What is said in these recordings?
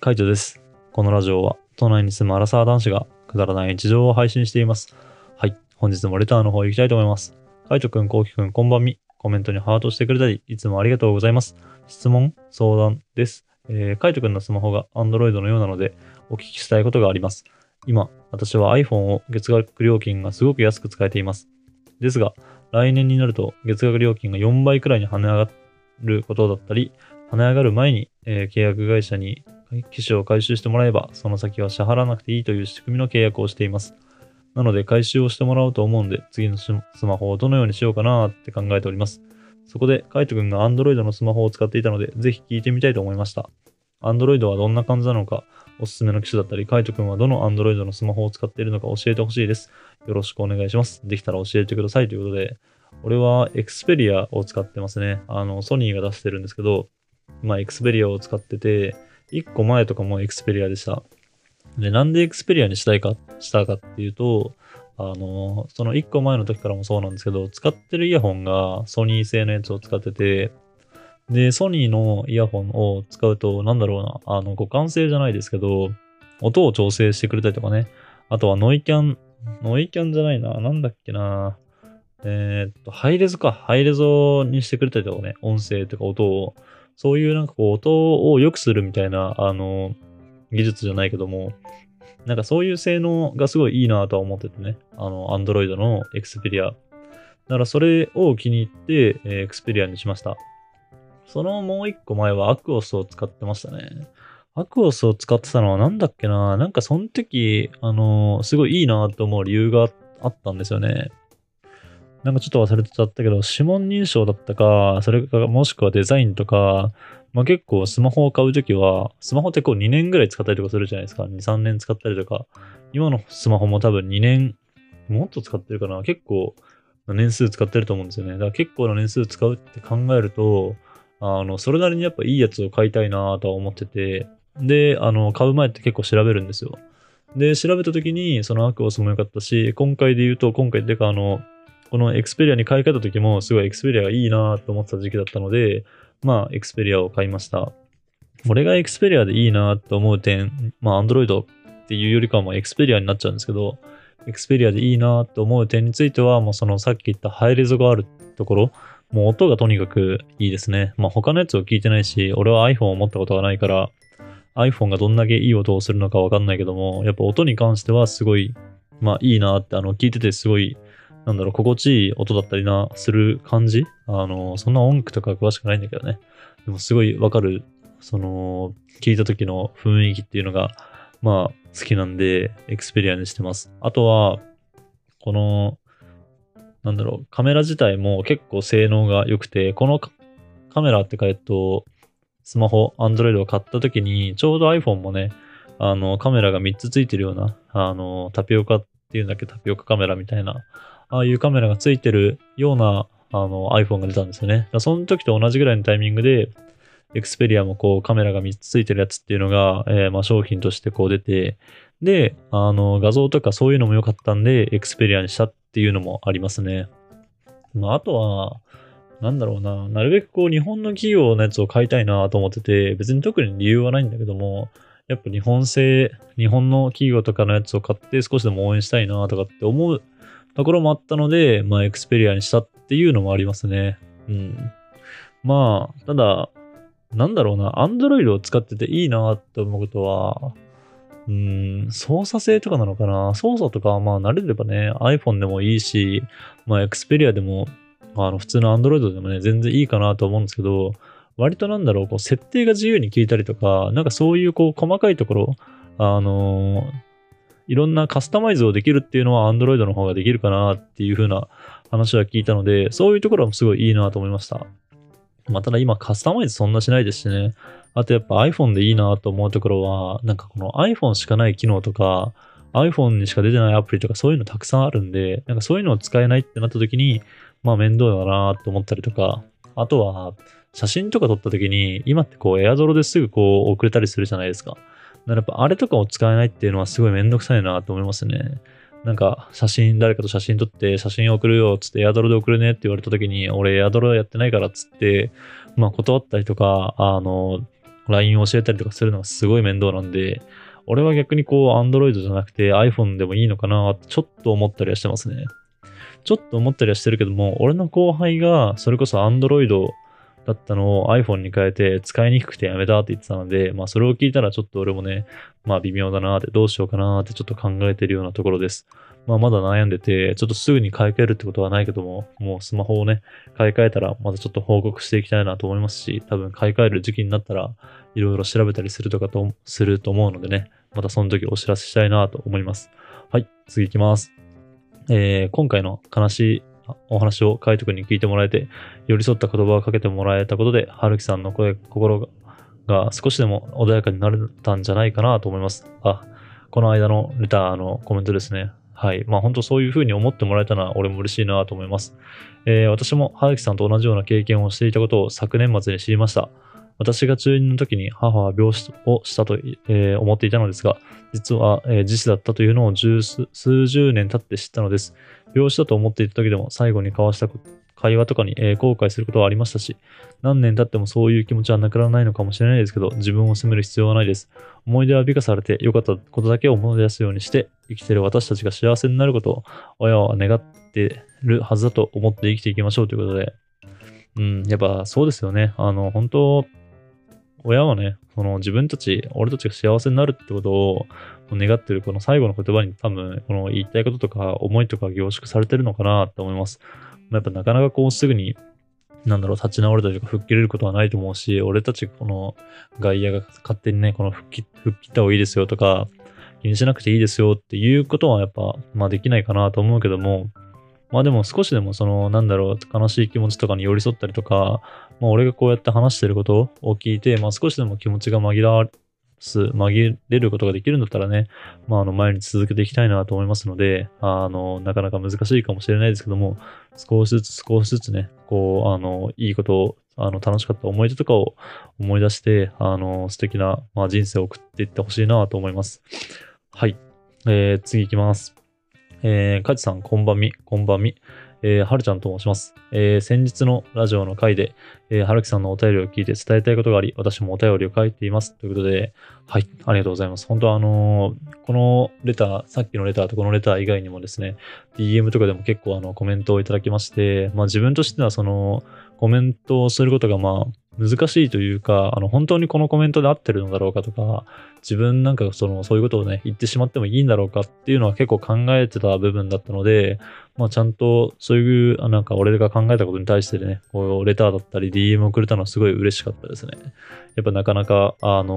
カイトです。このラジオは都内に住むアラサー男子がくだらない日常を配信しています。はい、本日もレターの方行きたいと思います。カイトくん、コウキくん、こんばんみ。コメントにハートしてくれたり、いつもありがとうございます。質問、相談です。カイトくんのスマホが Android のようなので、お聞きしたいことがあります。今、私は iPhone を月額料金がすごく安く使えています。ですが、来年になると月額料金が4倍くらいに跳ね上がることだったり、跳ね上がる前に、契約会社に機種を回収してもらえば、その先は支払わなくていいという仕組みの契約をしています。なので、回収をしてもらおうと思うんで、次のスマホをどのようにしようかなって考えております。そこで、カイト君が Android のスマホを使っていたので、ぜひ聞いてみたいと思いました。Android はどんな感じなのか、おすすめの機種だったり、カイト君はどの Android のスマホを使っているのか教えてほしいです。よろしくお願いします。できたら教えてくださいということで、俺は Xperia を使ってますね。ソニーが出してるんですけど、Xperia を使ってて、1個前とかも Xperia でした。で、なんで Xperia にしたかっていうと、その1個前の時からもそうなんですけど、使ってるイヤホンがソニー製のやつを使ってて、で、ソニーのイヤホンを使うと、なんだろうな、互換性じゃないですけど、音を調整してくれたりとかね、あとはノイキャンじゃないな、なんだっけな、ハイレゾにしてくれたりとかね、音声とか音を、そういうなんかこう音を良くするみたいな、技術じゃないけども、なんかそういう性能がすごいいいなとは思っててね、Android の Xperia。だからそれを気に入って、Xperia にしました。そのもう一個前はアクオスを使ってましたね。アクオスを使ってたのはなんだっけな、なんかその時、すごいいいなと思う理由があったんですよね。なんかちょっと忘れてちゃったけど、指紋認証だったか、それかもしくはデザインとか、結構スマホを買うときは、スマホってこう2年ぐらい使ったりとかするじゃないですか。2、3年使ったりとか。今のスマホも多分2年、もっと使ってるかな。結構な年数使ってると思うんですよね。だから結構な年数使うって考えると、それなりにやっぱいいやつを買いたいなとは思ってて、で、買う前って結構調べるんですよ。で、調べたときに、そのアクオスも良かったし、今回っていうかこの Xperia に買い替えた時もすごい Xperia がいいなと思ってた時期だったので、Xperia を買いました。俺が Xperia でいいなと思う点、Android っていうよりかはXperia になっちゃうんですけど、Xperia でいいなと思う点については、もうそのさっき言ったハイレゾがあるところ、もう音がとにかくいいですね。他のやつを聞いてないし、俺は iPhone を持ったことがないから、iPhone がどんだけいい音をするのかわかんないけども、やっぱ音に関してはすごい、いいなって、聞いててすごい、心地いい音だったりする感じそんな音楽とか詳しくないんだけどね。でもすごいわかる、聞いた時の雰囲気っていうのが、好きなんで、Xperia にしてます。あとは、この、カメラ自体も結構性能が良くて、このカメラってか、スマホ、Android を買った時に、ちょうど iPhone もね、カメラが3つついてるような、タピオカっていうんだっけ、タピオカカメラみたいな、ああいうカメラがついてるような、iPhone が出たんですよね。その時と同じぐらいのタイミングで、Xperia もこうカメラが3つついてるやつっていうのが、商品としてこう出て、で、画像とかそういうのも良かったんで、Xperia にしたっていうのもありますね。あとは、なるべくこう日本の企業のやつを買いたいなと思ってて、別に特に理由はないんだけども、やっぱ日本の企業とかのやつを買って少しでも応援したいなとかって思うところもあったので、Xperia にしたっていうのもありますね。うん。ただ、Android を使ってていいなって思うことは、操作性とかなのかな。操作とかは慣れればね、iPhone でもいいし、Xperia でも、普通の Android でもね、全然いいかなと思うんですけど、割とこう、設定が自由に効いたりとか、なんかそういうこう、細かいところ、いろんなカスタマイズをできるっていうのは Android の方ができるかなっていう風な話は聞いたので、そういうところもすごいいいなと思いました。ただ今カスタマイズそんなしないですしね。あとやっぱ iPhone でいいなと思うところは、なんかこの iPhone しかない機能とか、iPhone にしか出てないアプリとかそういうのたくさんあるんで、なんかそういうのを使えないってなった時に、面倒だなって思ったりとか、あとは写真とか撮った時に、今ってこう AirDrop ですぐこう送れたりするじゃないですか。だからやっぱあれとかを使えないっていうのはすごいめんどくさいなと思いますね。なんか誰かと写真撮って写真送るよっつってエアドロで送るねって言われた時に、俺エアドロやってないからっつって、断ったりとか、 LINE を教えたりとかするのがすごい面倒なんで、俺は逆にこう Android じゃなくて iPhone でもいいのかなってちょっと思ったりはしてますね。ちょっと思ったりはしてるけども、俺の後輩がそれこそ Android だったのを iPhone に変えて使いにくくてやめたって言ってたので、それを聞いたらちょっと俺もね、微妙だなってどうしようかなってちょっと考えてるようなところです。まだ悩んでて、ちょっとすぐに買い替えるってことはないけども、もうスマホをね、買い替えたらまたちょっと報告していきたいなと思いますし、多分買い替える時期になったらいろいろ調べたりすると思うのでね、またその時お知らせしたいなと思います。はい、次行きます。今回の悲しいお話をカイト君に聞いてもらえて、寄り添った言葉をかけてもらえたことで、春樹さんの心が少しでも穏やかになれたんじゃないかなと思います。この間のレターのコメントですね。はい。本当そういう風に思ってもらえたのは俺も嬉しいなと思います。私も春樹さんと同じような経験をしていたことを昨年末に知りました。私が中2の時に母は病死をしたと、思っていたのですが、実は、自死だったというのを数十年経って知ったのです。病死だと思っていた時でも最後に交わした会話とかに、後悔することはありましたし、何年経ってもそういう気持ちはなくならないのかもしれないですけど、自分を責める必要はないです。思い出は美化されて良かったことだけを思い出すようにして、生きている私たちが幸せになることを親は願ってるはずだと思って生きていきましょうということで、やっぱそうですよね。本当、親はね、俺たちが幸せになるってことを願ってるこの最後の言葉に多分、この言いたいこととか思いとか凝縮されてるのかなって思います。やっぱなかなかこうすぐに、立ち直れたりとか吹っ切れることはないと思うし、俺たちこの外野が勝手にね、この吹っ切った方がいいですよとか、気にしなくていいですよっていうことはやっぱ、できないかなと思うけども、でも少しでも悲しい気持ちとかに寄り添ったりとか、俺がこうやって話してることを聞いて、少しでも気持ちが紛れることができるんだったらね、前に続けていきたいなと思いますので、なかなか難しいかもしれないですけども、少しずつね、いいことを、楽しかった思い出とかを思い出して、素敵な、人生を送っていってほしいなと思います。はい。次行きます。かちさん、こんばんみ。はるちゃんと申します。先日のラジオの回で、はるきさんのお便りを聞いて伝えたいことがあり、私もお便りを書いています。ということで、はい、ありがとうございます。本当このレター、さっきのレターとこのレター以外にもですね、DM とかでも結構コメントをいただきまして、自分としてはコメントをすることが難しいというか、本当にこのコメントで合ってるのだろうかとか、自分そういうことをね、言ってしまってもいいんだろうかっていうのは結構考えてた部分だったので、ちゃんとそういう、俺が考えたことに対してね、こう、レターだったり DM をくれたのはすごい嬉しかったですね。やっぱなかなか、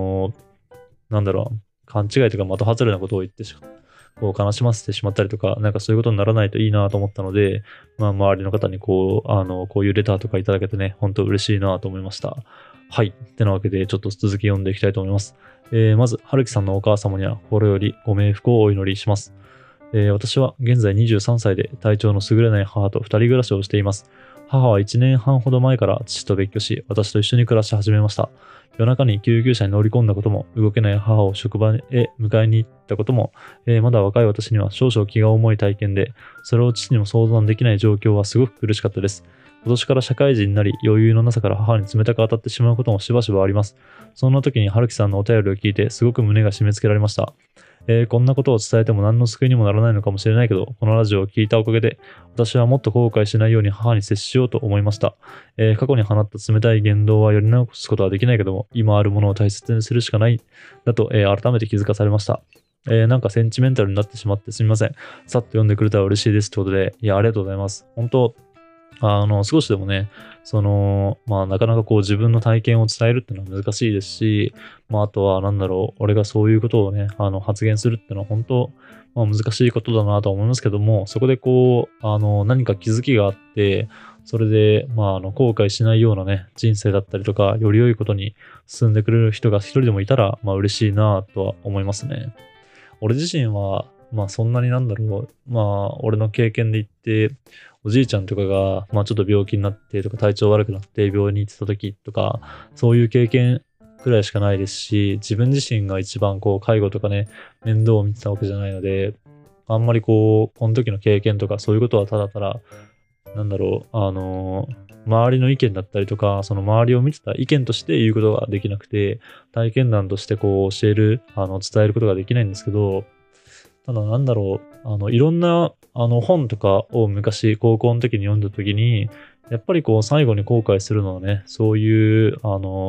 勘違いとか的外れなことを言ってこう悲しませてしまったりとか、そういうことにならないといいなと思ったので、周りの方にこういうレターとかいただけてね、本当嬉しいなと思いました。はい。ってなわけで、ちょっと続き読んでいきたいと思います。まず、はるきさんのお母様には心よりご冥福をお祈りします。私は現在23歳で体調の優れない母と2人暮らしをしています。母は1年半ほど前から父と別居し、私と一緒に暮らし始めました。夜中に救急車に乗り込んだことも、動けない母を職場へ迎えに行ったことも、まだ若い私には少々気が重い体験で、それを父にも相談できない状況はすごく苦しかったです。今年から社会人になり、余裕のなさから母に冷たく当たってしまうこともしばしばあります。そんな時に春樹さんのお便りを聞いて、すごく胸が締め付けられました。こんなことを伝えても何の救いにもならないのかもしれないけど、このラジオを聞いたおかげで、私はもっと後悔しないように母に接しようと思いました。過去に放った冷たい言動はやり直すことはできないけども、今あるものを大切にするしかない、だと、改めて気づかされました。センチメンタルになってしまってすみません。さっと読んでくれたら嬉しいですってことで、ありがとうございます。本当、少しでもね、なかなかこう自分の体験を伝えるっていうのは難しいですし、あとは俺がそういうことをね、発言するっていうのは本当、難しいことだなと思いますけども、そこでこう、何か気づきがあって、それで、後悔しないようなね、人生だったりとか、より良いことに進んでくれる人が一人でもいたら、嬉しいなとは思いますね。俺自身は、そんなに俺の経験で言って、おじいちゃんとかが、ちょっと病気になってとか、体調悪くなって病院に行ってた時とか、そういう経験くらいしかないですし、自分自身が一番こう、介護とかね、面倒を見てたわけじゃないので、あんまりこの時の経験とか、そういうことはただただ、 周りの意見だったりとか、その周りを見てた意見として言うことができなくて、体験談としてこう教える、伝えることができないんですけど、ただなんだろう、いろんな、本とかを昔高校の時に読んだ時に、やっぱりこう最後に後悔するのはね、そういう、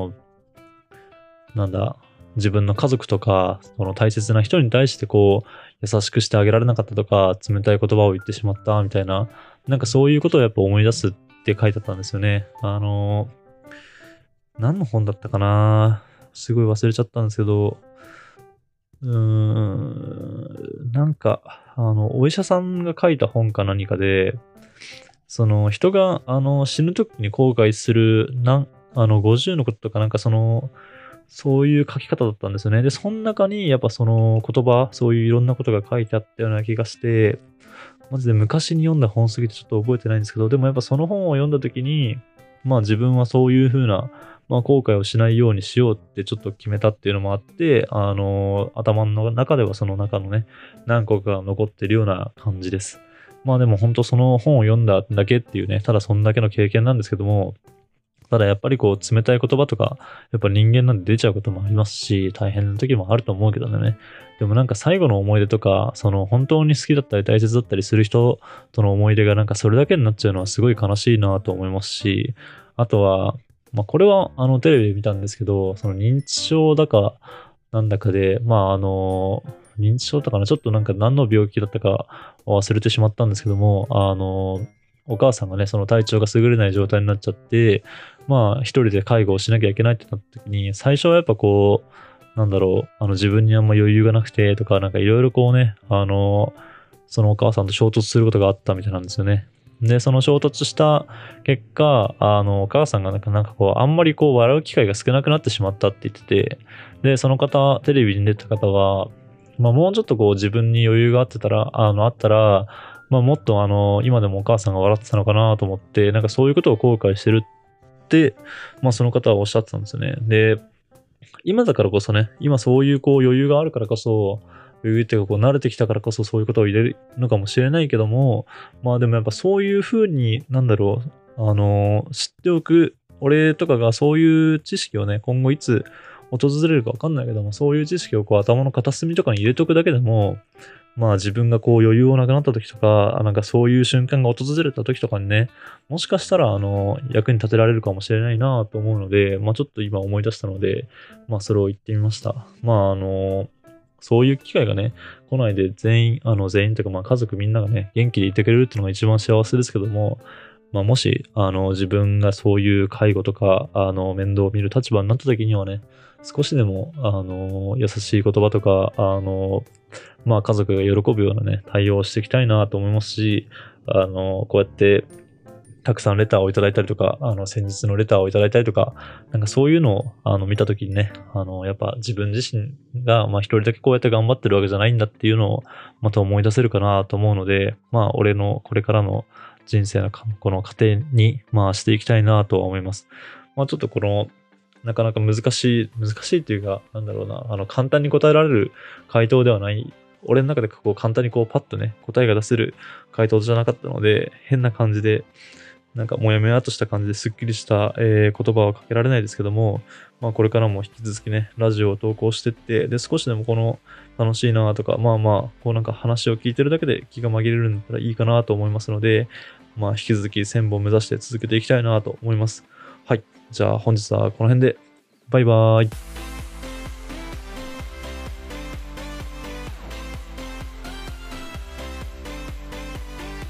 なんだ、自分の家族とか、その大切な人に対してこう、優しくしてあげられなかったとか、冷たい言葉を言ってしまったみたいな、なんかそういうことをやっぱ思い出すって書いてあったんですよね。何の本だったかな、すごい忘れちゃったんですけど、なんか、お医者さんが書いた本か何かで、その人が、死ぬ時に後悔する、50のこととかなんかそういう書き方だったんですよね。で、その中にやっぱその言葉、そういういろんなことが書いてあったような気がして、マジで昔に読んだ本すぎてちょっと覚えてないんですけど、でもやっぱその本を読んだ時に、まあ自分はそういう風な、まあ後悔をしないようにしようってちょっと決めたっていうのもあって、頭の中ではその中のね、何個か残ってるような感じです。まあでも本当その本を読んだだけっていうね、ただそんだけの経験なんですけども、ただやっぱりこう冷たい言葉とか、やっぱ人間なんで出ちゃうこともありますし、大変な時もあると思うけどね。でもなんか最後の思い出とか、その本当に好きだったり大切だったりする人との思い出がなんかそれだけになっちゃうのはすごい悲しいなと思いますし、あとは、まあこれはテレビで見たんですけど、その認知症だかなんだかで、まあ認知症とかな、ちょっとなんか何の病気だったか忘れてしまったんですけども、お母さんがね、その体調が優れない状態になっちゃって、まあ、一人で介護をしなきゃいけないってなった時に、最初はやっぱこう、なんだろう、自分にあんま余裕がなくてとか、なんかいろいろこうね、そのお母さんと衝突することがあったみたいなんですよね。で、その衝突した結果、お母さんがなんかこう、あんまりこう、笑う機会が少なくなってしまったって言ってて、で、その方、テレビに出た方は、まあ、もうちょっとこう、自分に余裕があったら、まあ、もっと今でもお母さんが笑ってたのかなと思って、なんかそういうことを後悔してるって、まあその方はおっしゃってたんですよね。で、今だからこそね、今そういうこう余裕があるからこそ、余裕っていうかこう慣れてきたからこそそういうことを入れるのかもしれないけども、まあでもやっぱそういうふうに、なんだろう、知っておく、俺とかがそういう知識をね、今後いつ訪れるかわかんないけども、そういう知識をこう頭の片隅とかに入れとくだけでも、まあ自分がこう余裕をなくなった時とか、なんかそういう瞬間が訪れた時とかにね、もしかしたら役に立てられるかもしれないなと思うので、まあちょっと今思い出したので、まあそれを言ってみました。まあそういう機会がね、来ないで全員というかまあ家族みんながね、元気でいてくれるっていうのが一番幸せですけども、まあもし、自分がそういう介護とか、面倒を見る立場になった時にはね、少しでも、優しい言葉とか、まあ家族が喜ぶようなね、対応をしていきたいなと思いますし、こうやって、たくさんレターをいただいたりとか、先日のレターをいただいたりとか、なんかそういうのを、見たときにね、やっぱ自分自身が、まあ一人だけこうやって頑張ってるわけじゃないんだっていうのを、また思い出せるかなと思うので、まあ俺のこれからの人生のこの過程に、まあしていきたいなとは思います。まあちょっとなかなか難しいっていうか、なんだろうな、簡単に答えられる回答ではない、俺の中でこう簡単にこうパッとね、答えが出せる回答じゃなかったので、変な感じで、なんかもやもやとした感じですっきりした、言葉はかけられないですけども、まあこれからも引き続きね、ラジオを投稿してって、で少しでもこの楽しいなとか、まあまあ、こうなんか話を聞いてるだけで気が紛れるんだったらいいかなと思いますので、まあ引き続き1000本目指して続けていきたいなと思います。はい。じゃあ本日はこの辺で、バイバーイ。